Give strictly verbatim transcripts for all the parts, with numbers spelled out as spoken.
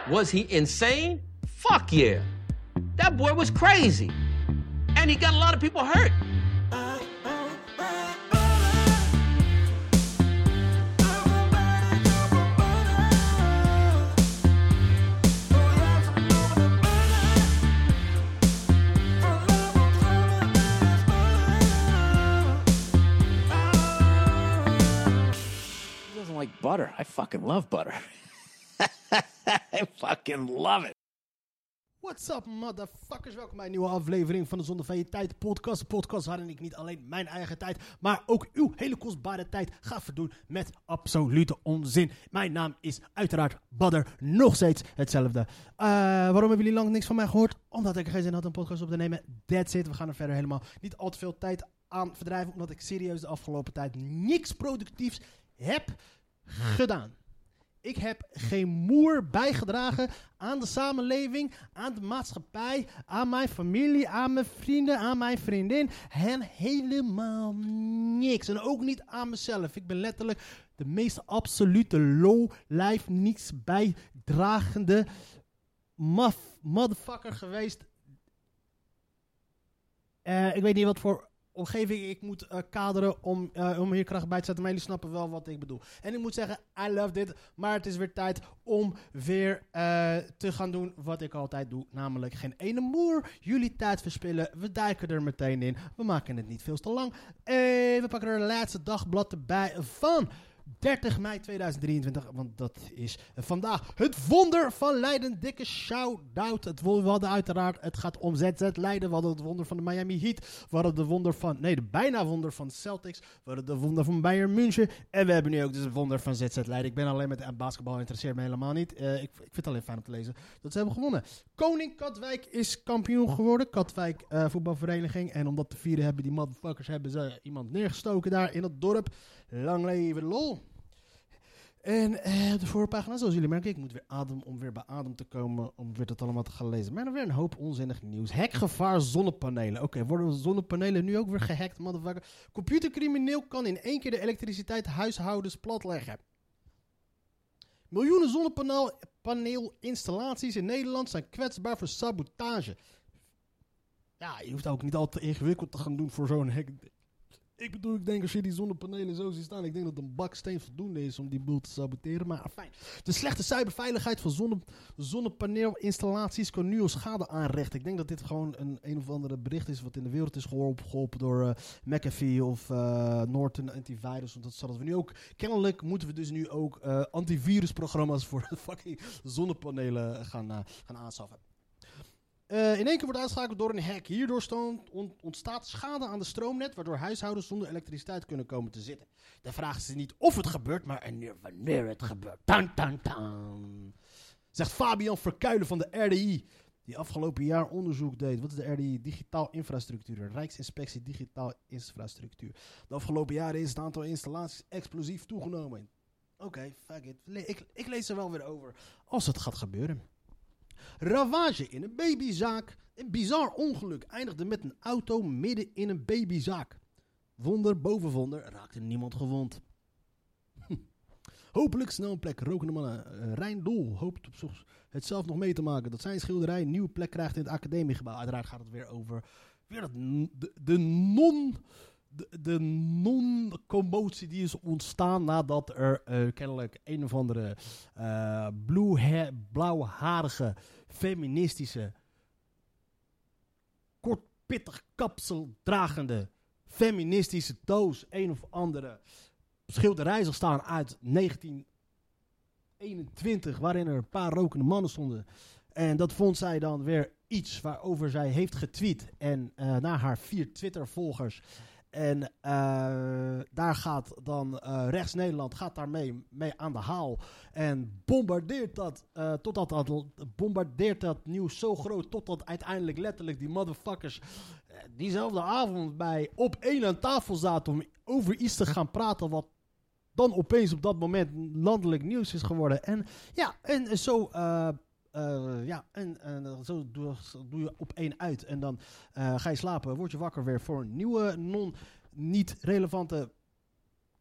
Was he insane? Fuck yeah. That boy was crazy. And he got a lot of people hurt. Like butter. I fucking love butter. I fucking love it. What's up, motherfuckers? Welkom bij een nieuwe aflevering van de Zonder van je Tijd podcast. De podcast waarin ik niet alleen mijn eigen tijd, maar ook uw hele kostbare tijd ga verdoen met absolute onzin. Mijn naam is uiteraard Badder, nog steeds hetzelfde. Uh, waarom hebben jullie lang niks van mij gehoord? Omdat ik geen zin had een podcast op te nemen. That's it. We gaan er verder helemaal niet al te veel tijd aan verdrijven, omdat ik serieus de afgelopen tijd niks productiefs heb gedaan. Ik heb geen moer bijgedragen aan de samenleving, aan de maatschappij, aan mijn familie, aan mijn vrienden, aan mijn vriendin. En helemaal niks. En ook niet aan mezelf. Ik ben letterlijk de meest absolute low-life, niets bijdragende maf, motherfucker geweest. Uh, ik weet niet wat voor omgeving ik moet uh, kaderen om, uh, om hier kracht bij te zetten. Maar jullie snappen wel wat ik bedoel. En ik moet zeggen, I love dit. Maar het is weer tijd om weer uh, te gaan doen wat ik altijd doe. Namelijk geen ene moer. Jullie tijd verspillen. We duiken er meteen in. We maken het niet veel te lang. En we pakken er het laatste dagblad erbij van dertig mei tweeduizend drieëntwintig, want dat is vandaag het wonder van Leiden. Dikke shout-out. Het wonder, we hadden uiteraard, het gaat om Z Z Leiden. We hadden het wonder van de Miami Heat. We hadden de wonder van, nee, de bijna wonder van de Celtics. We hadden de wonder van Bayern München. En we hebben nu ook dus het wonder van Z Z Leiden. Ik ben alleen met basketbal, interesseert me helemaal niet. Uh, ik, ik vind het alleen fijn om te lezen dat ze hebben gewonnen. Koning Katwijk is kampioen geworden. Katwijk uh, voetbalvereniging. En om dat te vieren hebben die motherfuckers hebben ze iemand neergestoken daar in het dorp. Lang leven lol. En uh, de voorpagina, zoals jullie merken, ik moet weer adem om weer bij adem te komen, om weer dat allemaal te gaan lezen. Maar dan weer een hoop onzinnig nieuws. Hackgevaar zonnepanelen. Oké, okay, worden zonnepanelen nu ook weer gehackt, motherfucker? Computercrimineel kan in één keer de elektriciteit huishoudens platleggen. Miljoenen zonnepaneelinstallaties in Nederland zijn kwetsbaar voor sabotage. Ja, je hoeft ook niet al te ingewikkeld te gaan doen voor zo'n hack. Ik bedoel, ik denk als je die zonnepanelen zo ziet staan, ik denk dat een baksteen voldoende is om die boel te saboteren. Maar fijn. De slechte cyberveiligheid van zonne, zonnepaneelinstallaties kan nu al schade aanrichten. Ik denk dat dit gewoon een een of andere bericht is wat in de wereld is geholpen, geholpen door uh, McAfee of uh, Norton Antivirus. Want dat zodat we nu ook, kennelijk moeten we dus nu ook uh, antivirusprogramma's voor fucking zonnepanelen gaan, uh, gaan aanschaffen. Uh, in één keer wordt uitgeschakeld door een hack. Hierdoor stond, on, ontstaat schade aan de stroomnet, waardoor huishoudens zonder elektriciteit kunnen komen te zitten. De vraag is niet of het gebeurt, maar wanneer het gebeurt. Tan, tan, tan. Zegt Fabian Verkuilen van de R D I, die afgelopen jaar onderzoek deed. Wat is de R D I? Digitaal Infrastructuur. Rijksinspectie Digitaal Infrastructuur. De afgelopen jaren is het aantal installaties explosief toegenomen. Oké, okay, fuck it. Le- ik, ik lees er wel weer over als het gaat gebeuren. Ravage in een babyzaak. Een bizar ongeluk eindigde met een auto midden in een babyzaak. Wonder boven wonder raakte niemand gewond. Hm. Hopelijk snel een plek. Rokende mannen. Uh, Rijn Doel hoopt op zich het zelf nog mee te maken. Dat zijn schilderij een nieuwe plek krijgt in het academiegebouw. Uiteraard gaat het weer over weer dat, de, de non... De, de non-commotie die is ontstaan nadat er uh, kennelijk een of andere uh, blue blauwharige, feministische, kortpittig kapsel dragende, feministische doos, een of andere schilderij zal staan uit negentien eenentwintig, waarin er een paar rokende mannen stonden. En dat vond zij dan weer iets waarover zij heeft getweet en uh, naar haar vier Twitter-volgers. En uh, daar gaat dan uh, rechts Nederland gaat daarmee mee aan de haal en bombardeert dat, uh, totdat dat bombardeert dat nieuws zo groot totdat uiteindelijk letterlijk die motherfuckers uh, diezelfde avond bij op één aan tafel zaten om over iets te gaan praten wat dan opeens op dat moment landelijk nieuws is geworden. En ja, en zo uh, Uh, ja, en, en zo doe, doe je op één uit. En dan uh, ga je slapen, word je wakker weer voor een nieuwe, non-niet relevante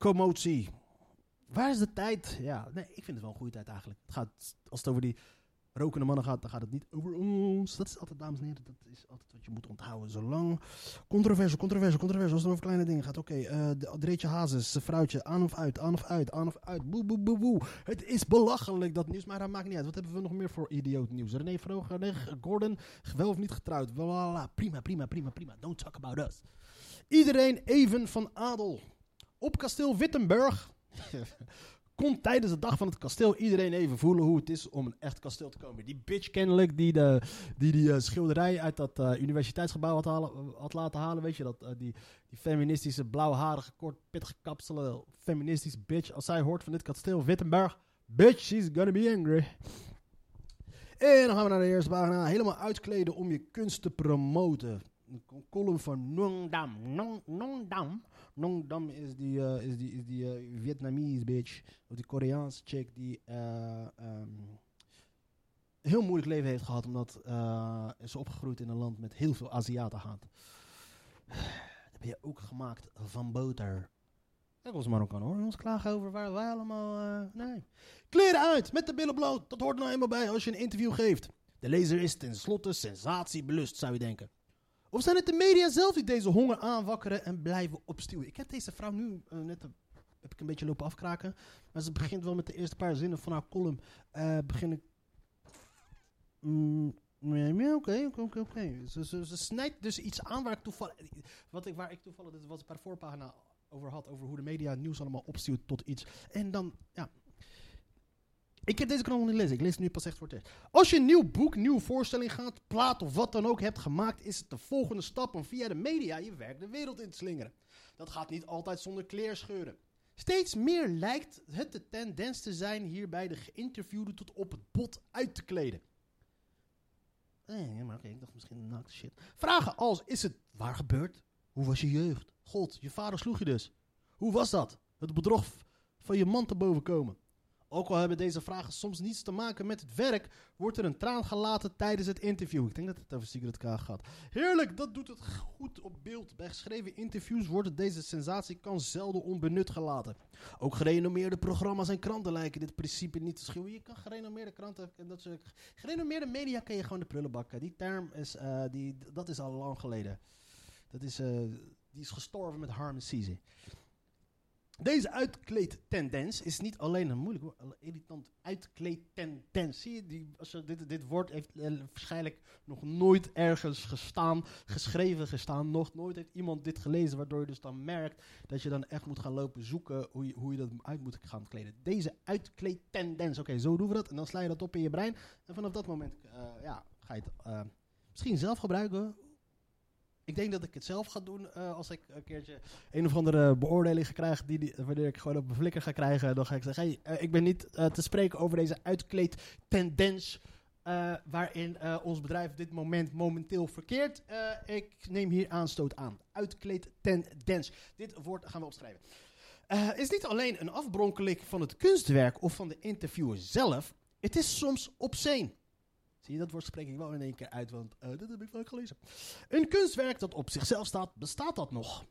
commotie. Waar is de tijd? Ja, nee, ik vind het wel een goede tijd eigenlijk. Het gaat, als het over die rokende mannen gaat, dan gaat het niet over ons. Dat is altijd, dames en heren, dat is altijd wat je moet onthouden. Zolang controverse, controverse, controverse, als het over kleine dingen gaat. Oké, okay, uh, Dreetje Hazes, zijn vrouwtje, aan of uit, aan of uit, aan of uit. Boe, boe, boe, boe. Het is belachelijk, dat nieuws, maar dat maakt niet uit. Wat hebben we nog meer voor idioot nieuws? René Vroger, nee, Gordon, wel of niet getrouwd. Voilà, prima, prima, prima, prima. Don't talk about us. Iedereen even van adel. Op kasteel Wittenberg kon tijdens de dag van het kasteel iedereen even voelen hoe het is om een echt kasteel te komen. Die bitch kennelijk die de, die, die uh, schilderij uit dat uh, universiteitsgebouw had, halen, had laten halen. Weet je, dat, uh, die, die feministische, blauwharige, kort, pittige kapselen, feministische bitch. Als zij hoort van dit kasteel Wittenberg, bitch, she's gonna be angry. En dan gaan we naar de eerste pagina. Helemaal uitkleden om je kunst te promoten. Een column van Nong Dam. Nong, Nong Dam. Nong Dam is die, uh, is die, is die uh, Vietnamese bitch. Of die Koreaanse chick die uh, um, een heel moeilijk leven heeft gehad. Omdat uh, ze opgegroeid in een land met heel veel Aziaten haat. Dat heb je ook gemaakt van boter. Kijk ons Marokkaan hoor. Ons klagen over waar wij allemaal... Uh, nee. Kleren uit met de billen bloot. Dat hoort nou eenmaal bij als je een interview geeft. De lezer is tenslotte sensatiebelust, zou je denken. Of zijn het de media zelf die deze honger aanwakkeren en blijven opstuwen? Ik heb deze vrouw nu uh, net een, heb ik een beetje lopen afkraken. Maar ze begint wel met de eerste paar zinnen van haar column. Uh, begin ik... Mm, nee, oké, oké, oké. Ze snijdt dus iets aan waar ik toevallig... Wat ik, waar ik toevallig, dit was ik bij de voorpagina over had. Over hoe de media het nieuws allemaal opstuwt tot iets. En dan, ja... Ik heb deze krant nog niet gelezen. Ik lees het nu pas echt voor het eerst. Als je een nieuw boek, nieuwe voorstelling gaat, plaat of wat dan ook hebt gemaakt, is het de volgende stap om via de media je werk de wereld in te slingeren. Dat gaat niet altijd zonder kleerscheuren. Steeds meer lijkt het de tendens te zijn hierbij de geïnterviewde tot op het bot uit te kleden. Nee, maar oké, okay, ik dacht misschien naakte shit. Vragen als, is het waar gebeurd? Hoe was je jeugd? God, je vader sloeg je dus. Hoe was dat? Het bedrog van je man te boven komen. Ook al hebben deze vragen soms niets te maken met het werk, wordt er een traan gelaten tijdens het interview. Ik denk dat het over Sigrid Kaag gaat. Heerlijk, dat doet het goed op beeld. Bij geschreven interviews wordt deze sensatiekans zelden onbenut gelaten. Ook gerenommeerde programma's en kranten lijken dit principe niet te schuwen. Je kan gerenommeerde kranten, en dat soort, gerenommeerde media kan je gewoon de prullen bakken. Die term is, uh, die, dat is al lang geleden. Dat is, uh, die is gestorven met Harm Cisse. Deze uitkleedtendens is niet alleen een moeilijk woord, een irritant uitkleedtendens. Zie je, die, als je dit, dit woord heeft eh, waarschijnlijk nog nooit ergens gestaan, geschreven gestaan. Nog nooit heeft iemand dit gelezen, waardoor je dus dan merkt dat je dan echt moet gaan lopen zoeken hoe je, hoe je dat uit moet gaan kleden. Deze uitkleedtendens, oké, okay, zo doen we dat. En dan sla je dat op in je brein. En vanaf dat moment uh, ja, ga je het uh, misschien zelf gebruiken. Ik denk dat ik het zelf ga doen uh, als ik een keertje een of andere beoordeling ga krijgen, die, die, wanneer ik gewoon op mijn flikker ga krijgen. Dan ga ik zeggen, hey, uh, ik ben niet uh, te spreken over deze uitkleedtendens uh, waarin uh, ons bedrijf op dit moment momenteel verkeert. Uh, ik neem hier aanstoot aan. Uitkleedtendens. Dit woord gaan we opschrijven. Uh, is niet alleen een afbronkeling van het kunstwerk of van de interviewer zelf. Het is soms obscene. Zie je, dat woord spreek ik wel in één keer uit, want uh, dat heb ik wel gelezen. Een kunstwerk dat op zichzelf staat, bestaat dat nog?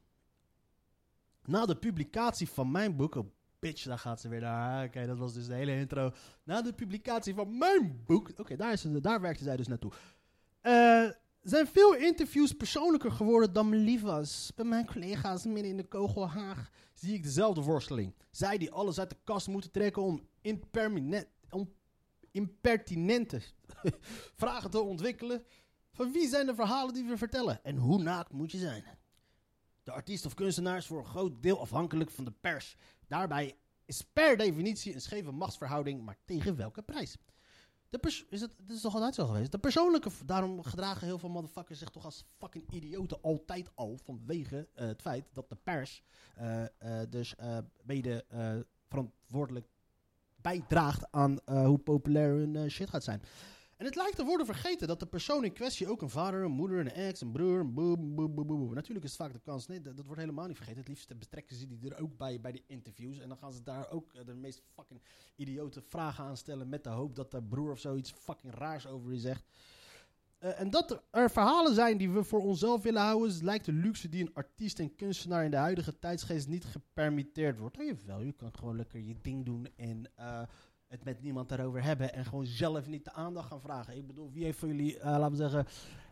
Na de publicatie van mijn boek... Oh, bitch, daar gaat ze weer naar. Oké, okay, dat was dus de hele intro. Na de publicatie van mijn boek... Oké, okay, daar, daar werkte zij dus naartoe. Uh, zijn veel interviews persoonlijker geworden dan me lief was. Bij mijn collega's midden in de Kogelhaag zie ik dezelfde worsteling. Zij die alles uit de kast moeten trekken om impermanent... Om impertinente vragen te ontwikkelen. Van wie zijn de verhalen die we vertellen? En hoe naakt moet je zijn? De artiest of kunstenaar is voor een groot deel afhankelijk van de pers. Daarbij is per definitie een scheve machtsverhouding, maar tegen welke prijs? De pers- is het, het is toch altijd zo geweest? De persoonlijke, daarom gedragen heel veel motherfuckers zich toch als fucking idioten altijd al, vanwege uh, het feit dat de pers uh, uh, dus uh, mede uh, verantwoordelijk bijdraagt aan uh, hoe populair hun uh, shit gaat zijn. En het lijkt te worden vergeten dat de persoon in kwestie ook een vader, een moeder, een ex, een broer, een boem, boem, boem, boem. Natuurlijk is het vaak de kans, nee, dat, dat wordt helemaal niet vergeten. Het liefst betrekken ze die er ook bij, bij de interviews. En dan gaan ze daar ook uh, de meest fucking idiote vragen aan stellen met de hoop dat de broer of zoiets fucking raars over je zegt. Uh, en dat er, er verhalen zijn die we voor onszelf willen houden, lijkt de luxe die een artiest en kunstenaar in de huidige tijdsgeest niet gepermitteerd wordt. Oh, jawel, je kan gewoon lekker je ding doen en uh, het met niemand daarover hebben en gewoon zelf niet de aandacht gaan vragen. Ik bedoel, wie heeft van jullie, uh, laten we zeggen...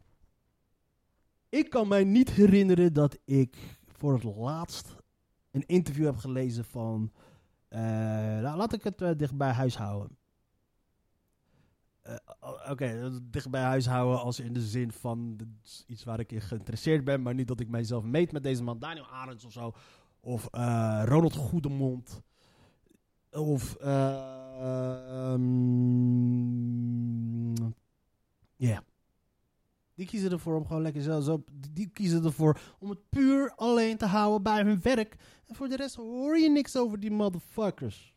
Ik kan mij niet herinneren dat ik voor het laatst een interview heb gelezen van... Uh, nou, laat ik het uh, dicht bij huis houden. Uh, Oké, okay, dicht bij huis houden als in de zin van de, iets waar ik in geïnteresseerd ben, maar niet dat ik mijzelf meet met deze man, Daniel Arends of zo. Of uh, Ronald Goedemond. Of... Uh, um, yeah. Die kiezen ervoor om gewoon lekker zelf zo... Die, die kiezen ervoor om het puur alleen te houden bij hun werk. En voor de rest hoor je niks over die motherfuckers.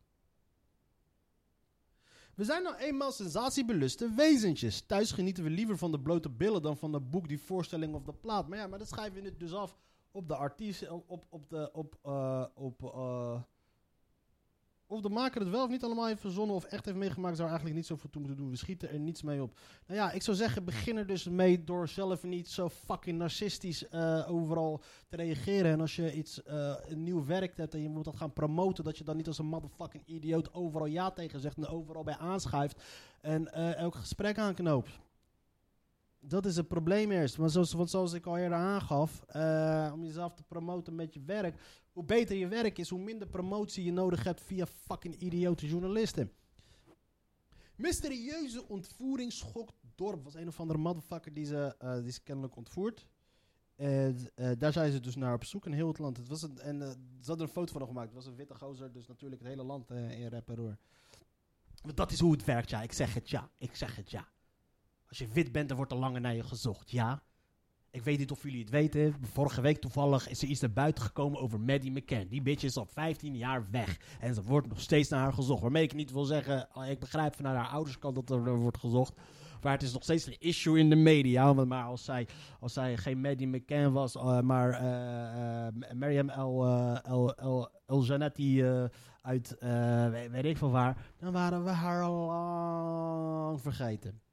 We zijn nou eenmaal sensatiebeluste wezentjes. Thuis genieten we liever van de blote billen dan van de boek, die voorstelling of de plaat. Maar ja, maar dat schrijven we dus af op de artiest, op, op, op de... Op, uh, op, uh, of de maker het wel of niet allemaal heeft verzonnen of echt heeft meegemaakt, zou er eigenlijk niet zoveel toe moeten doen. We schieten er niets mee op. Nou ja, ik zou zeggen, begin er dus mee door zelf niet zo fucking narcistisch uh, overal te reageren. En als je iets, uh, een nieuw werk hebt en je moet dat gaan promoten, dat je dan niet als een motherfucking idioot overal ja tegen zegt en overal bij aanschuift en uh, elk gesprek aanknoopt. Dat is het probleem eerst. Maar zoals, want zoals ik al eerder aangaf, uh, om jezelf te promoten met je werk, hoe beter je werk is, hoe minder promotie je nodig hebt via fucking idiote journalisten. Mysterieuze ontvoering schokt dorp. Was een of andere motherfucker die ze, uh, die ze kennelijk ontvoerd. En uh, daar zijn ze dus naar op zoek in heel het land. Het was een, en uh, ze hadden een foto van hem gemaakt. Het was een witte gozer, dus natuurlijk het hele land uh, in rep en roer. Want dat is hoe het werkt, ja. Ik zeg het, ja. Ik zeg het, ja. Als je wit bent, dan wordt er langer naar je gezocht, ja. Ik weet niet of jullie het weten. Vorige week toevallig is er iets naar buiten gekomen over Maddie McCann. Die bitch is al vijftien jaar weg. En er wordt nog steeds naar haar gezocht. Waarmee ik niet wil zeggen, ik begrijp vanuit haar ouderskant dat er wordt gezocht. Maar het is nog steeds een issue in de media. Maar als zij, als zij geen Maddie McCann was, uh, maar uh, uh, Mariam El, uh, El, El, El Janetti uh, uit uh, weet, weet ik van waar, dan waren we haar al lang vergeten.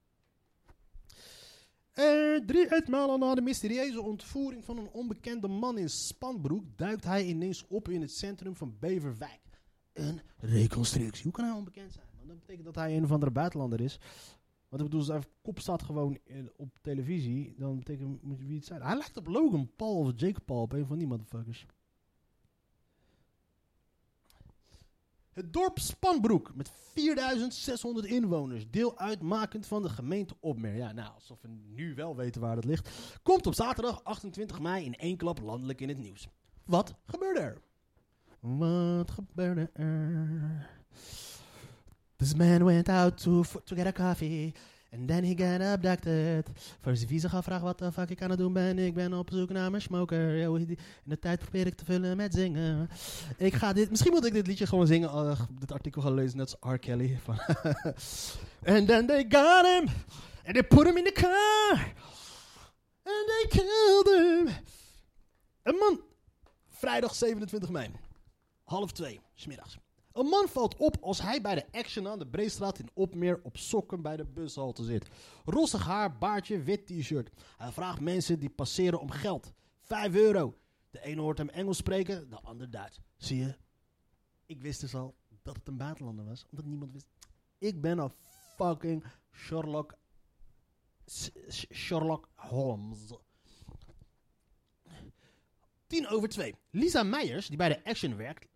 Uh, drie uitmalen na de mysterieuze ontvoering van een onbekende man in Spanbroek duikt hij ineens op in het centrum van Beverwijk. Een reconstructie. Hoe kan hij onbekend zijn? Want dat betekent dat hij een of andere buitenlander is. Want ik bedoel, zijn kop staat gewoon in, op televisie. Dan betekent moet je wie het zijn. Hij lijkt op Logan Paul of Jake Paul, op een van die motherfuckers. Het dorp Spanbroek met vierduizend zeshonderd inwoners, deel uitmakend van de gemeente Opmeer. Ja, nou, alsof we nu wel weten waar dat ligt. Komt op zaterdag achtentwintig mei in één klap landelijk in het nieuws. Wat gebeurde er? Wat gebeurde er? This man went out to, to get a coffee. And then he got abducted. Voor zijn visa gevraagd wat de fuck ik aan het doen ben. Ik ben op zoek naar mijn smoker. Yo, in de tijd probeer ik te vullen met zingen. Ik ga dit, misschien moet ik dit liedje gewoon zingen. Uh, dit artikel gaan lezen, net als R. Kelly. And then they got him. And they put him in the car. And they killed him. Een man. Vrijdag zevenentwintig mei. Half twee, 's middags. Een man valt op als hij bij de Action aan de Breestraat in Opmeer op sokken bij de bushalte zit. Rossig haar, baardje, wit t-shirt. Hij vraagt mensen die passeren om geld. Vijf euro. De ene hoort hem Engels spreken, de ander Duits. Zie je? Ik wist dus al dat het een buitenlander was, omdat niemand wist. Ik ben een fucking Sherlock... Sherlock Holmes. Tien over twee. Lisa Meijers, die bij de Action werkt...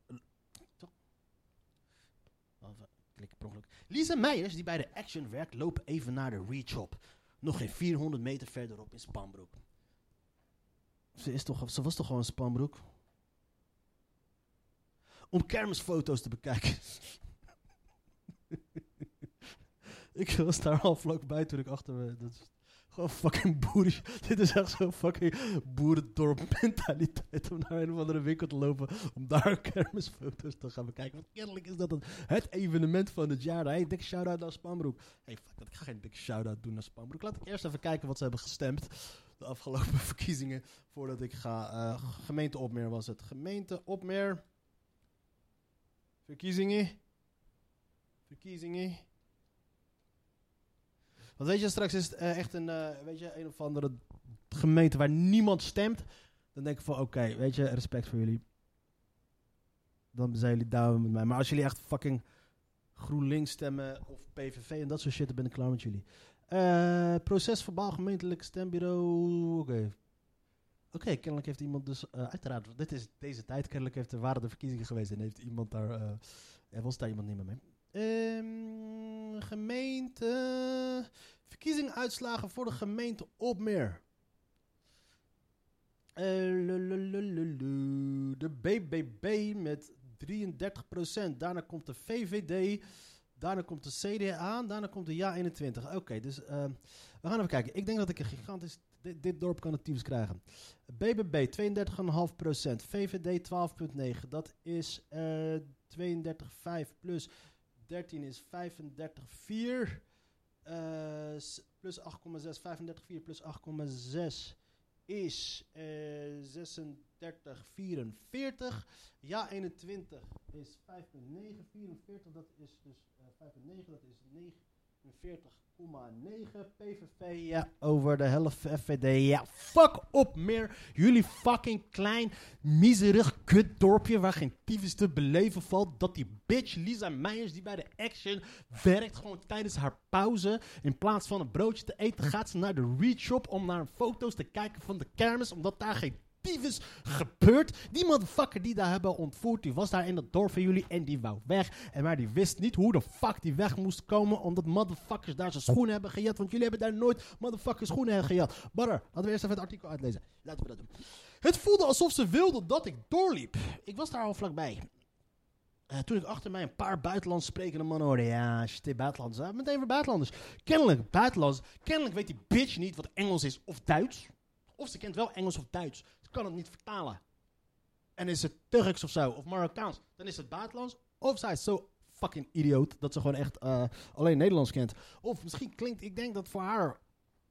Lisa Meijers, die bij de Action werkt, loopt even naar de Reach-Shop. Nog geen vierhonderd meter verderop in Spanbroek. Ze, is toch, ze was toch gewoon in Spanbroek? Om kermisfoto's te bekijken. Ik was daar al vlakbij toen ik achter me... Dat is gewoon fucking boerisch. Dit is echt zo'n fucking boerendorp mentaliteit om naar een of andere winkel te lopen. Om daar kermisfoto's te gaan bekijken. Want kennelijk is dat het, het evenement van het jaar. Hey, dikke shout-out naar Spanbroek. Hey, fuck dat. Ik ga geen dikke shout-out doen naar Spanbroek. Laat ik eerst even kijken wat ze hebben gestemd. De afgelopen verkiezingen. Voordat ik ga... Uh, gemeente Opmeer was het. Gemeente Opmeer. Verkiezingen. Verkiezingen. Want weet je, straks is het uh, echt een, uh, weet je, een of andere gemeente waar niemand stemt. Dan denk ik van, oké, okay, weet je, respect voor jullie. Dan zijn jullie down met mij. Maar als jullie echt fucking GroenLinks stemmen of P V V en dat soort shit, dan ben ik klaar met jullie. Uh, proces verbaal gemeentelijk stembureau. Oké. Okay. Oké, okay, kennelijk heeft iemand dus... Uh, uiteraard, dit is deze tijd. Kennelijk heeft, er waren de verkiezingen geweest en heeft iemand daar... Uh, er was daar iemand niet meer mee. Um, gemeente... Verkiezingsuitslagen voor de gemeente Opmeer. Uh, de B B B met drieëndertig procent. Daarna komt de V V D... Daarna komt de C D A, daarna komt de Ja eenentwintig. Oké, okay, dus uh, we gaan even kijken. Ik denk dat ik een gigantisch... Dit, dit dorp kan het teams krijgen. B B B tweeëndertig komma vijf procent. V V D twaalf komma negen. Dat is uh, tweeëndertig komma vijf plus dertien is vijfendertig komma vier. Uh, plus acht komma zes. vijfendertig komma vier plus acht komma zes is uh, zesendertig komma vierenveertig. Ja eenentwintig is vijf komma negen. vierenveertig, dat is dus uh, vijf komma negen, dat is negenenveertig komma negen. P V V, ja, over de helft. F V D, ja, fuck op meer. Jullie fucking klein, miserig kutdorpje waar geen tyfus te beleven valt. Dat die bitch Lisa Meijers, die bij de Action werkt, gewoon tijdens haar pauze, in plaats van een broodje te eten, gaat ze naar de Read Shop om naar foto's te kijken van de kermis, omdat daar geen tyfus gebeurt. Die motherfucker die daar hebben ontvoerd, die was daar in het dorp van jullie en die wou weg. En maar die wist niet hoe de fuck die weg moest komen, omdat motherfuckers daar zijn schoenen hebben gejat. Want jullie hebben daar nooit motherfuckers schoenen hebben gejat. Butter, laten we eerst even het artikel uitlezen. Laten we dat doen. Het voelde alsof ze wilden dat ik doorliep. Ik was daar al vlakbij. Uh, toen ik achter mij een paar buitenlands sprekende mannen hoorde. Ja, shit, buitenlanders. Uh, meteen weer buitenlanders. Kennelijk, buitenlanders. Kennelijk weet die bitch niet wat Engels is of Duits. Of ze kent wel Engels of Duits. Ze kan het niet vertalen. En is het Turks of zo, of Marokkaans, dan is het buitenlands. Of zij is zo fucking idioot dat ze gewoon echt uh, alleen Nederlands kent. Of misschien klinkt, ik denk dat voor haar...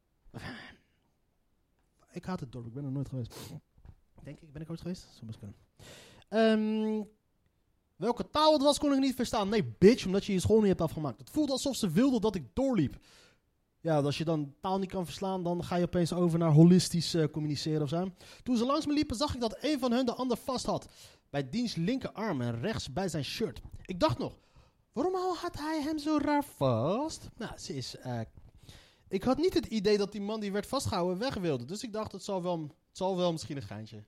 Ik haat het dorp, ik ben er nooit geweest. Denk ik, ben ik ooit geweest? Zou best kunnen. Um, welke taal het was, kon ik niet verstaan. Nee, bitch, omdat je je school niet hebt afgemaakt. Het voelde alsof ze wilde dat ik doorliep. Ja, als je dan taal niet kan verslaan, dan ga je opeens over naar holistisch uh, communiceren of zo. Toen ze langs me liepen, zag ik dat een van hun de ander vast had. Bij diens linkerarm en rechts bij zijn shirt. Ik dacht nog, waarom had hij hem zo raar vast? Nou, ze is... Uh, ik had niet het idee dat die man die werd vastgehouden weg wilde. Dus ik dacht, het zal wel, het zal wel misschien een geintje.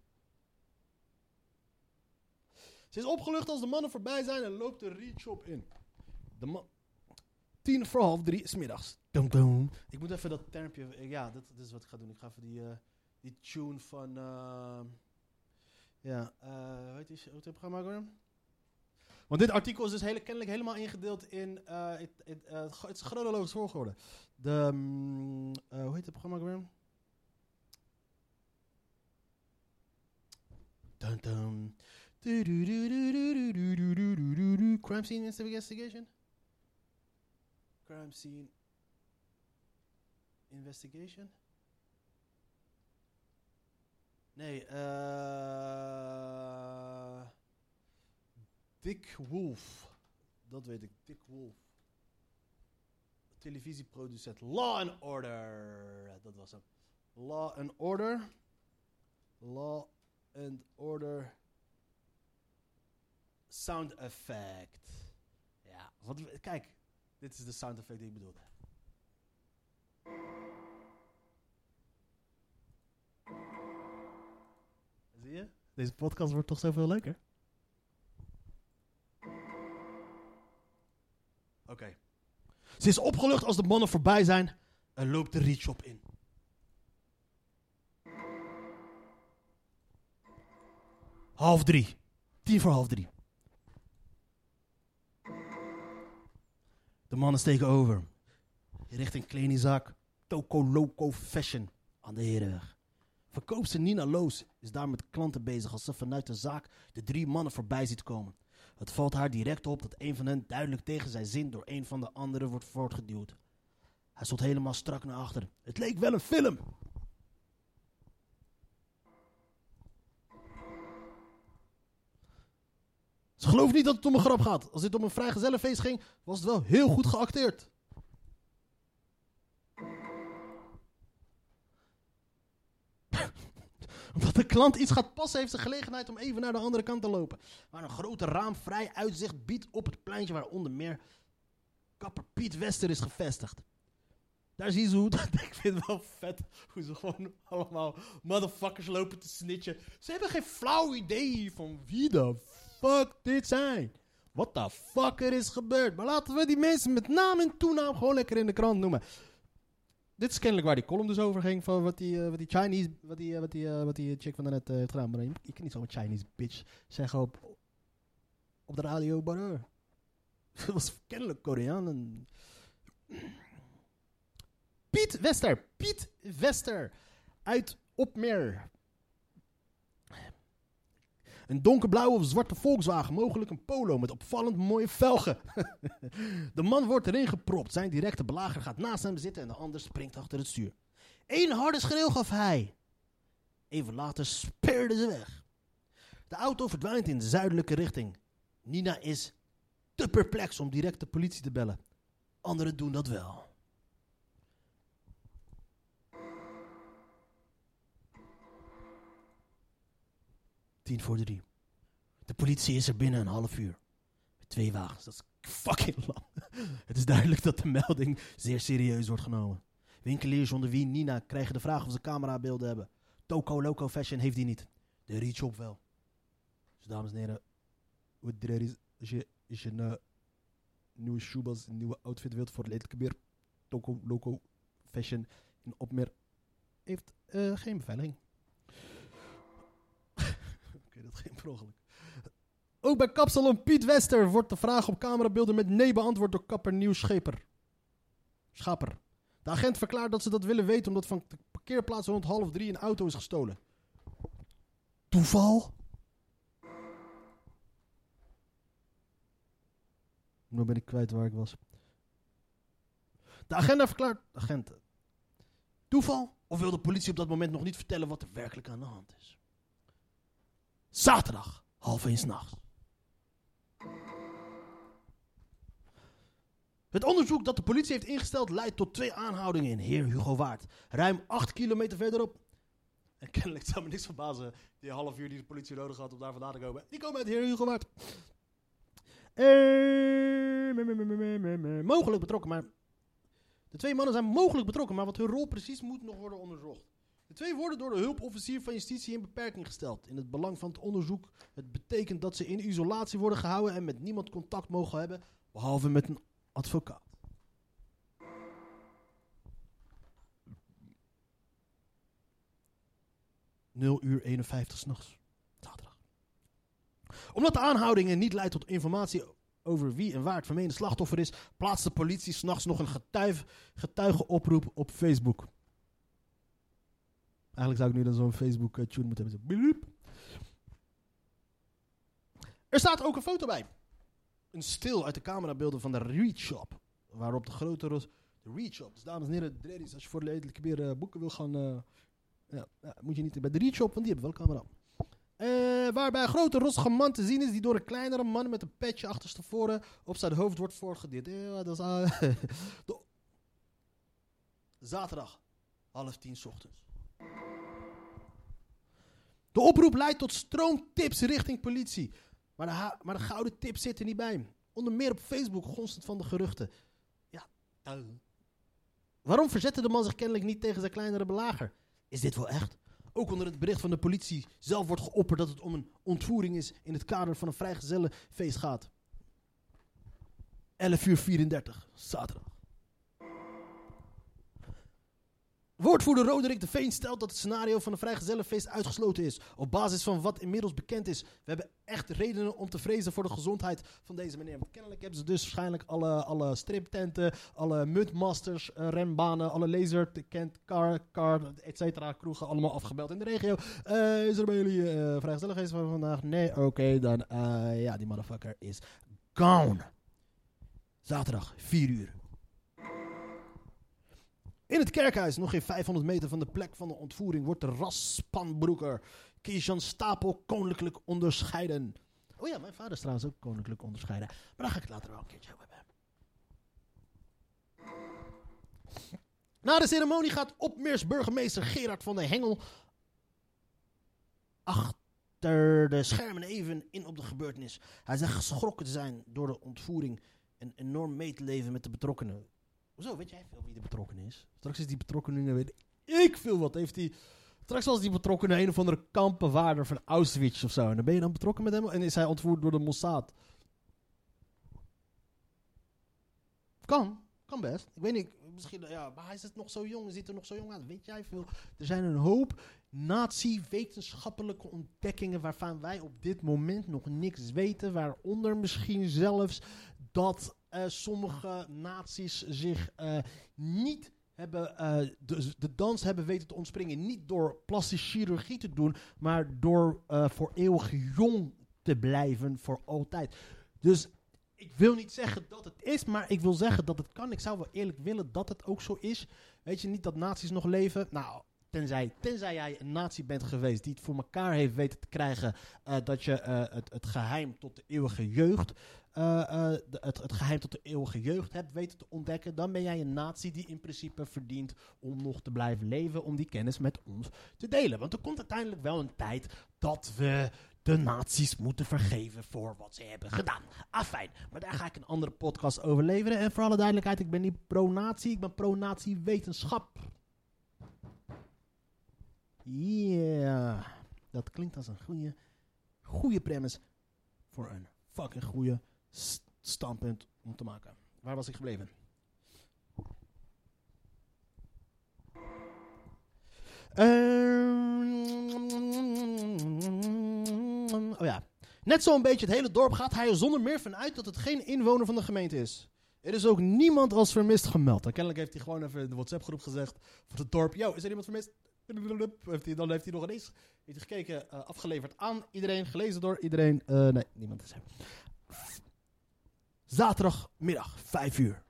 Ze is opgelucht als de mannen voorbij zijn en loopt de Read Shop in. De man... Tien voor half drie 's middags. Dum, dum. Ik moet even dat termpje... Ja, dit, dit is wat ik ga doen. Ik ga even die, uh, die tune van... Uh, ja, uh, hoe heet die, hoe heet het programma ook? Want dit artikel is dus hele, kennelijk helemaal ingedeeld in... Uh, het, het, uh, het is chronologisch volgorde. De... Um, uh, hoe heet het programma ook weer? Dun, dun. Crime Scene Investigation? Crime Scene Investigation? Nee, uh, Dick Wolf. Dat weet ik, Dick Wolf. Televisieproducent. Law and Order. Dat was hem. Law and Order. Law and Order. Sound effect. Ja, wat, kijk. Dit is de sound effect die ik bedoelde. Zie je? Deze podcast wordt toch zoveel leuker? Oké. Okay. Ze is opgelucht als de mannen voorbij zijn en loopt de Read Shop in. Half drie. Tien voor half drie. De mannen steken over. Richting kledingzaak Toko Loco Fashion aan de Herenweg. Verkoopster Nina Loos is daar met klanten bezig als ze vanuit de zaak de drie mannen voorbij ziet komen. Het valt haar direct op dat een van hen duidelijk tegen zijn zin door een van de anderen wordt voortgeduwd. Hij stond helemaal strak naar achter. Het leek wel een film. Ze gelooft niet dat het om een grap gaat. Als dit om een vrijgezellenfeest ging, was het wel heel goed geacteerd. Omdat de klant iets gaat passen, heeft ze gelegenheid om even naar de andere kant te lopen. Waar een grote raam vrij uitzicht biedt op het pleintje waar onder meer kapper Piet Wester is gevestigd. Daar zie je hoe, ik vind het wel vet, hoe ze gewoon allemaal motherfuckers lopen te snitchen. Ze hebben geen flauw idee van wie de fuck dit zijn. Wat de fuck er is gebeurd. Maar laten we die mensen met naam en toenaam gewoon lekker in de krant noemen. Dit is kennelijk waar die column dus over ging, van wat die, uh, wat die Chinese, wat die, uh, wat die, uh, wat die chick van daarnet uh, heeft gedaan. Maar ik kan niet zo'n Chinese bitch zeggen op, op de radio, maar uh, dat was kennelijk Koreaan. En... Piet Wester, Piet Wester, uit Opmeer. Een donkerblauwe of zwarte Volkswagen, mogelijk een Polo met opvallend mooie velgen. De man wordt erin gepropt. Zijn directe belager gaat naast hem zitten en de ander springt achter het stuur. Eén harde schreeuw gaf hij. Even later speerde ze weg. De auto verdwijnt in de zuidelijke richting. Nina is te perplex om direct de politie te bellen. Anderen doen dat wel. Tien voor drie. De politie is er binnen een half uur. Met twee wagens, dat is fucking lang. Het is duidelijk dat de melding zeer serieus wordt genomen. Winkeliers onder wie Nina krijgen de vraag of ze camerabeelden hebben. Toko Loco Fashion heeft die niet. De Reachop wel. Dus dames en heren, wat er is, als je, als je een uh, nieuwe shoebas, een nieuwe outfit wilt voor Lelijke Beer, Toko Loco Fashion in Opmeer heeft uh, geen beveiliging. Oké, dat ging per ongeluk. Ook bij kapsalon Piet Wester wordt de vraag op camerabeelden met nee beantwoord door kapper Nieuw Scheper. Schaper. De agent verklaart dat ze dat willen weten omdat van de parkeerplaats rond half drie een auto is gestolen. Toeval? Nu ben ik kwijt waar ik was. De agenda verklaart... Agent. Toeval? Of wil de politie op dat moment nog niet vertellen wat er werkelijk aan de hand is? Zaterdag, half één 's nachts. Het onderzoek dat de politie heeft ingesteld leidt tot twee aanhoudingen in Heer Hugo Waard. Ruim acht kilometer verderop. En kennelijk zou me niks verbazen, die half uur die de politie nodig had om daar vandaan te komen. Die komen uit Heer Hugo Waard. Eh, mogelijk betrokken, maar... De twee mannen zijn mogelijk betrokken, maar wat hun rol precies moet nog worden onderzocht. De twee worden door de hulpofficier van justitie in beperking gesteld. In het belang van het onderzoek. Het betekent dat ze in isolatie worden gehouden en met niemand contact mogen hebben, behalve met een advocaat. nul uur eenenvijftig 's nachts. Zaterdag. Omdat de aanhoudingen niet leidt tot informatie over wie en waar het vermeende slachtoffer is, plaatst de politie 's nachts nog een getuig, getuigenoproep op Facebook. Eigenlijk zou ik nu dan zo'n Facebook-tune moeten hebben. Zo, bliep. Er staat ook een foto bij. Een stil uit de camerabeelden van de Reachop. Waarop de grote ros... De Reachop. Dus dames en heren, Dreddies, als je voor de Lelijke Beer uh, boeken wil gaan... Uh, ja, ja, moet je niet bij de Reachop, want die hebben wel camera. Uh, waarbij een grote rossige man te zien is die door een kleinere man met een petje achterstevoren op zijn hoofd wordt voortgediend. Ja, dat is... Uh, de... Zaterdag, half tien 's ochtends. De oproep leidt tot stroomtips richting politie. Maar de, ha- maar de gouden tips zitten niet bij. Onder meer op Facebook gonst het van de geruchten. Ja, uh. Waarom verzette de man zich kennelijk niet tegen zijn kleinere belager? Is dit wel echt? Ook onder het bericht van de politie zelf wordt geopperd dat het om een ontvoering is in het kader van een vrijgezellenfeest gaat. elf uur vierendertig, zaterdag. Woordvoerder Roderick de Veen stelt dat het scenario van een vrijgezellenfeest uitgesloten is. Op basis van wat inmiddels bekend is. We hebben echt redenen om te vrezen voor de gezondheid van deze meneer. Want kennelijk hebben ze dus waarschijnlijk alle, alle striptenten, alle mudmasters, uh, renbanen, alle lasertent, car, car, et cetera, kroegen allemaal afgebeld in de regio. Uh, is er bij jullie uh, vrijgezellenfeest van vandaag? Nee, oké, okay, dan uh, ja, die motherfucker is gone. Zaterdag, vier uur. In het kerkhuis, nog geen vijfhonderd meter van de plek van de ontvoering, wordt de rasspanbroeker Keesjan Stapel koninklijk onderscheiden. Oh ja, mijn vader is trouwens ook koninklijk onderscheiden. Maar daar ga ik het later wel een keertje over hebben. Na de ceremonie gaat Opmeers burgemeester Gerard van der Hengel achter de schermen even in op de gebeurtenis. Hij zegt geschrokken te zijn door de ontvoering en enorm mee te leven met de betrokkenen. Hoezo, weet jij veel wie de betrokkenen is? Straks is die betrokkenen, weet ik veel wat. Heeft die, straks was die betrokkenen een of andere kampenwaarder van Auschwitz of zo. En dan ben je dan betrokken met hem en is hij ontvoerd door de Mossad. Kan, kan best. Ik weet niet, misschien, ja, maar hij is nog zo jong, hij ziet er nog zo jong uit. Weet jij veel? Er zijn een hoop nazi-wetenschappelijke ontdekkingen waarvan wij op dit moment nog niks weten. Waaronder misschien zelfs dat uh, sommige nazi's zich uh, niet hebben, uh, de, de dans hebben weten te ontspringen. Niet door plastische chirurgie te doen, maar door uh, voor eeuwig jong te blijven voor altijd. Dus ik wil niet zeggen dat het is, maar ik wil zeggen dat het kan. Ik zou wel eerlijk willen dat het ook zo is. Weet je niet dat nazi's nog leven? Nou, tenzij, tenzij jij een nazi bent geweest die het voor elkaar heeft weten te krijgen uh, dat je uh, het, het geheim tot de eeuwige jeugd, uh, uh, de, het, het geheim tot de eeuwige jeugd hebt weten te ontdekken, dan ben jij een nazi die in principe verdient om nog te blijven leven, om die kennis met ons te delen. Want er komt uiteindelijk wel een tijd dat we de nazi's moeten vergeven voor wat ze hebben gedaan. Afijn, maar daar ga ik een andere podcast over leveren. En voor alle duidelijkheid, ik ben niet pro-nazi, ik ben pro-nazi-wetenschap. Ja, yeah. Dat klinkt als een goede, goede premise voor een fucking goede st- standpunt om te maken. Waar was ik gebleven? Um, oh ja. Net zo'n beetje het hele dorp gaat hij er zonder meer van uit dat het geen inwoner van de gemeente is. Er is ook niemand als vermist gemeld. En kennelijk heeft hij gewoon even in de WhatsApp-groep gezegd voor het dorp. Yo, is er iemand vermist? Heeft hij, dan heeft hij nog ineens heeft hij gekeken, uh, afgeleverd aan iedereen, gelezen door iedereen. Uh, nee, niemand is er. Zaterdagmiddag, vijf uur.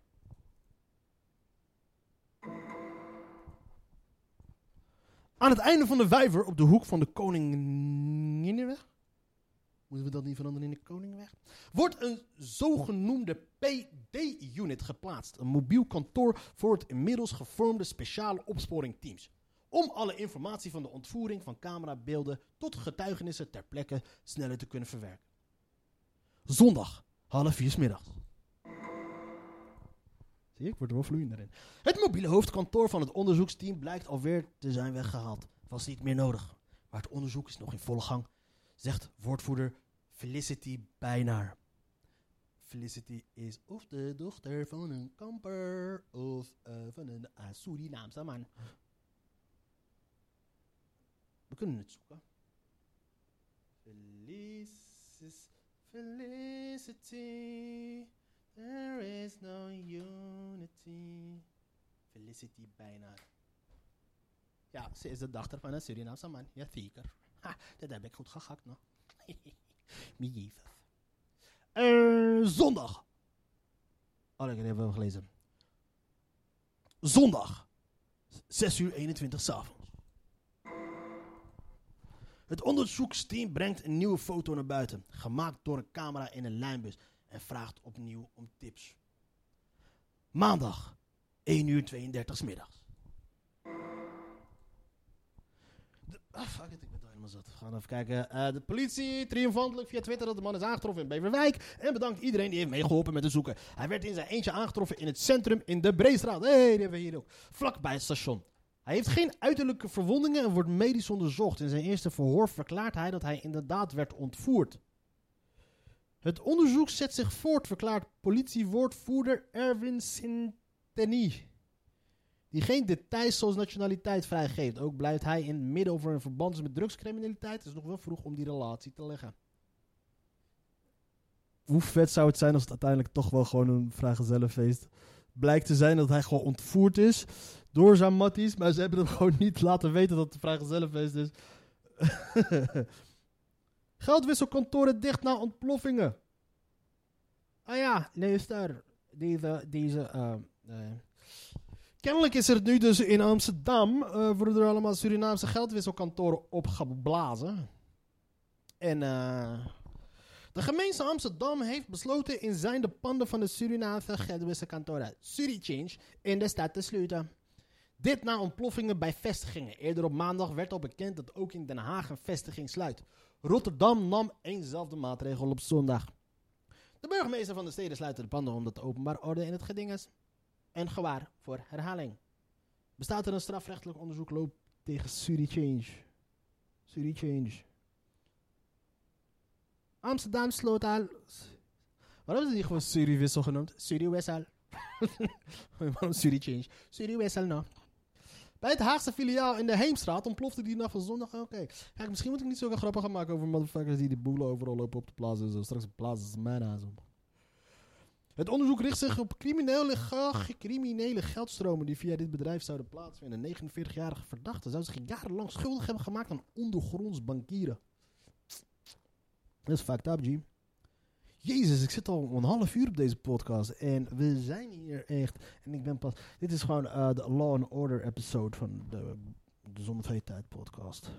Aan het einde van de vijver op de hoek van de Koninginnenweg. Moeten we dat niet veranderen in de Koningweg? Wordt een zogenoemde P D-unit geplaatst. Een mobiel kantoor voor het inmiddels gevormde speciale opsporingteams. Om alle informatie van de ontvoering van camerabeelden tot getuigenissen ter plekke sneller te kunnen verwerken. Zondag, half vier 's middags. Zie je, ik word er wel vloeiend in. Het mobiele hoofdkantoor van het onderzoeksteam blijkt alweer te zijn weggehaald. Was niet meer nodig. Maar het onderzoek is nog in volle gang, zegt woordvoerder Felicity Bijnaar. Felicity is of de dochter van een kamper of uh, van een uh, Surinaamse man. We kunnen het zoeken. Felicis, Felicity, there is no unity. Felicity Bijnaar. Ja, ze is de dochter van een Surinaamse man. Ja, zeker. Ha, dat heb ik goed gehakt, no? Mijn jezus. Uh, zondag. Oh, ik heb het even gelezen. Zondag. zes uur eenentwintig 's avonds. Het onderzoeksteam brengt een nieuwe foto naar buiten. Gemaakt door een camera in een lijnbus. En vraagt opnieuw om tips. Maandag. één uur tweeëndertig 's middags. De, ah, fuck it, ik ben helemaal zat. We gaan even kijken. Uh, de politie triomfantelijk via Twitter dat de man is aangetroffen in Beverwijk. En bedankt iedereen die heeft meegeholpen met het zoeken. Hij werd in zijn eentje aangetroffen in het centrum in de Breestraat. Hé, hey, die hebben we hier ook. Vlakbij het station. Hij heeft geen uiterlijke verwondingen en wordt medisch onderzocht. In zijn eerste verhoor verklaart hij dat hij inderdaad werd ontvoerd. Het onderzoek zet zich voort, verklaart politiewoordvoerder Erwin Sinteny, die geen details zoals nationaliteit vrijgeeft. Ook blijft hij in het midden over een verband is met drugscriminaliteit. Het is nog wel vroeg om die relatie te leggen. Hoe vet zou het zijn als het uiteindelijk toch wel gewoon een vrijgezellenfeest blijkt te zijn, dat hij gewoon ontvoerd is door zijn matties, maar ze hebben hem gewoon niet laten weten dat het een vrijgezellenfeest is. Geldwisselkantoren dicht na ontploffingen. Ah ja, luister. Deze, deze, uh, uh. Kennelijk is er nu dus in Amsterdam, uh, worden er allemaal Surinaamse geldwisselkantoren opgeblazen. En uh, de gemeente Amsterdam heeft besloten in zijn de panden van de Surinaamse geldwisselkantoren Surichange in de stad te sluiten. Dit na ontploffingen bij vestigingen. Eerder op maandag werd al bekend dat ook in Den Haag een vestiging sluit. Rotterdam nam eenzelfde maatregel op zondag. De burgemeester van de steden sluiten de panden omdat de openbare orde in het geding is. En gewaar voor herhaling. Bestaat er een strafrechtelijk onderzoek loopt tegen Suri Change. Suri Change. Amsterdam sloot al... Waarom is het niet gewoon Suri Wissel genoemd? Suri Wissel. Waarom Suri Change? Suri Wissel nou. Bij het Haagse filiaal in de Heemstraat ontplofte die nacht van zondag. Oké. Okay. Kijk, misschien moet ik niet zulke grappen gaan maken over motherfuckers die de boelen overal lopen op de plaza en zo. Straks op plaza is mijn haas op. Het onderzoek richt zich op criminele, criminele geldstromen die via dit bedrijf zouden plaatsvinden. Een negenenveertigjarige verdachte zou zich jarenlang schuldig hebben gemaakt aan ondergronds bankieren. Dat is fucked up, G. Jezus, ik zit al een half uur op deze podcast en we zijn hier echt... En ik ben pas... Dit is gewoon uh, de Law and Order episode van de, de Zonder Vrije Tijd podcast.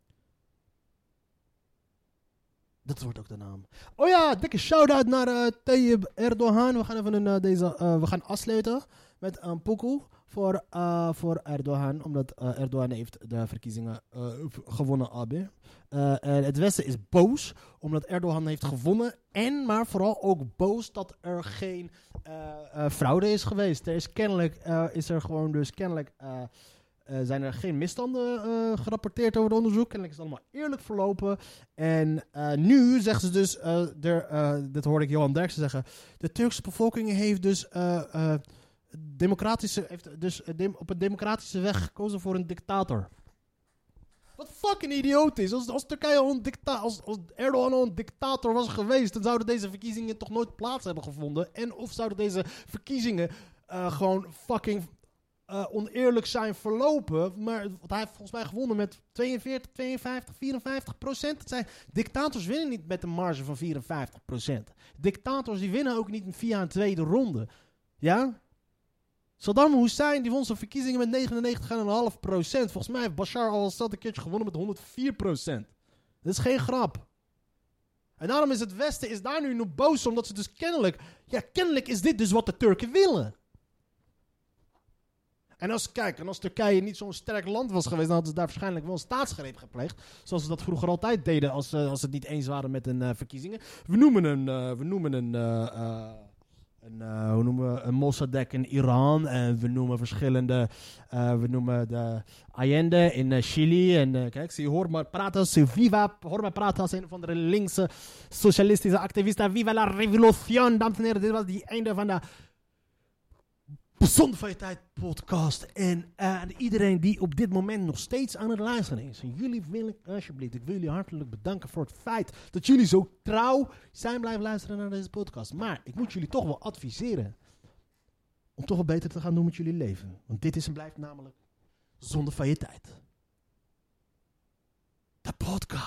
Dat wordt ook de naam. Oh ja, dikke shout-out naar uh, Tayyip Erdogan. We gaan even een, uh, deze, uh, we gaan afsluiten met een pokoe voor, uh, voor Erdogan. Omdat uh, Erdogan heeft de verkiezingen uh, gewonnen, A B. Uh, en het Westen is boos omdat Erdogan heeft gewonnen. En maar vooral ook boos dat er geen uh, uh, fraude is geweest. Er is kennelijk, uh, is er gewoon dus kennelijk... Uh, Uh, zijn er geen misstanden uh, gerapporteerd over het onderzoek. Kennelijk is het allemaal eerlijk verlopen. En uh, nu zeggen ze dus, uh, der, uh, dit hoorde ik Johan Derksen zeggen, de Turkse bevolking heeft dus, uh, uh, democratische, heeft dus uh, dem- op een democratische weg gekozen voor een dictator. Wat fucking idioot is. Als, als Turkije al een dicta- als, als Erdogan al een dictator was geweest, dan zouden deze verkiezingen toch nooit plaats hebben gevonden. En of zouden deze verkiezingen uh, gewoon fucking... Uh, oneerlijk zijn verlopen. Maar hij heeft volgens mij gewonnen met tweeënveertig, tweeënvijftig, vierenvijftig procent. Het zijn, dictators winnen niet met een marge van vierenvijftig procent. Dictators die winnen ook niet via een tweede ronde. Ja? Saddam Hussein die won zijn verkiezingen met negenennegentig komma vijf procent. Volgens mij heeft Bashar al-Assad een keertje gewonnen met honderdvier procent. Dat is geen grap. En daarom is het Westen is daar nu nog boos omdat ze dus kennelijk... Ja, kennelijk is dit dus wat de Turken willen. En als, kijk, en als Turkije niet zo'n sterk land was geweest, dan hadden ze daar waarschijnlijk wel een staatsgreep gepleegd. Zoals ze dat vroeger altijd deden als, uh, als ze het niet eens waren met een uh, verkiezingen. We noemen een, uh, we noemen een, uh, uh, een uh, hoe noemen we, een Mossadegh in Iran. En we noemen verschillende, uh, we noemen de Allende in uh, Chili. En uh, kijk, zie je, hoor maar praten, zie Viva, hoor maar praten als een of andere linkse socialistische activisten. Viva la revolution, dames en heren. Dit was die einde van de... Zonder Vrije Tijd podcast. En uh, iedereen die op dit moment nog steeds aan het luisteren is. En jullie wil ik alsjeblieft, ik wil jullie hartelijk bedanken voor het feit dat jullie zo trouw zijn blijven luisteren naar deze podcast. Maar ik moet jullie toch wel adviseren om toch wat beter te gaan doen met jullie leven. Want dit is en blijft namelijk Zonder Vrije Tijd. De podcast.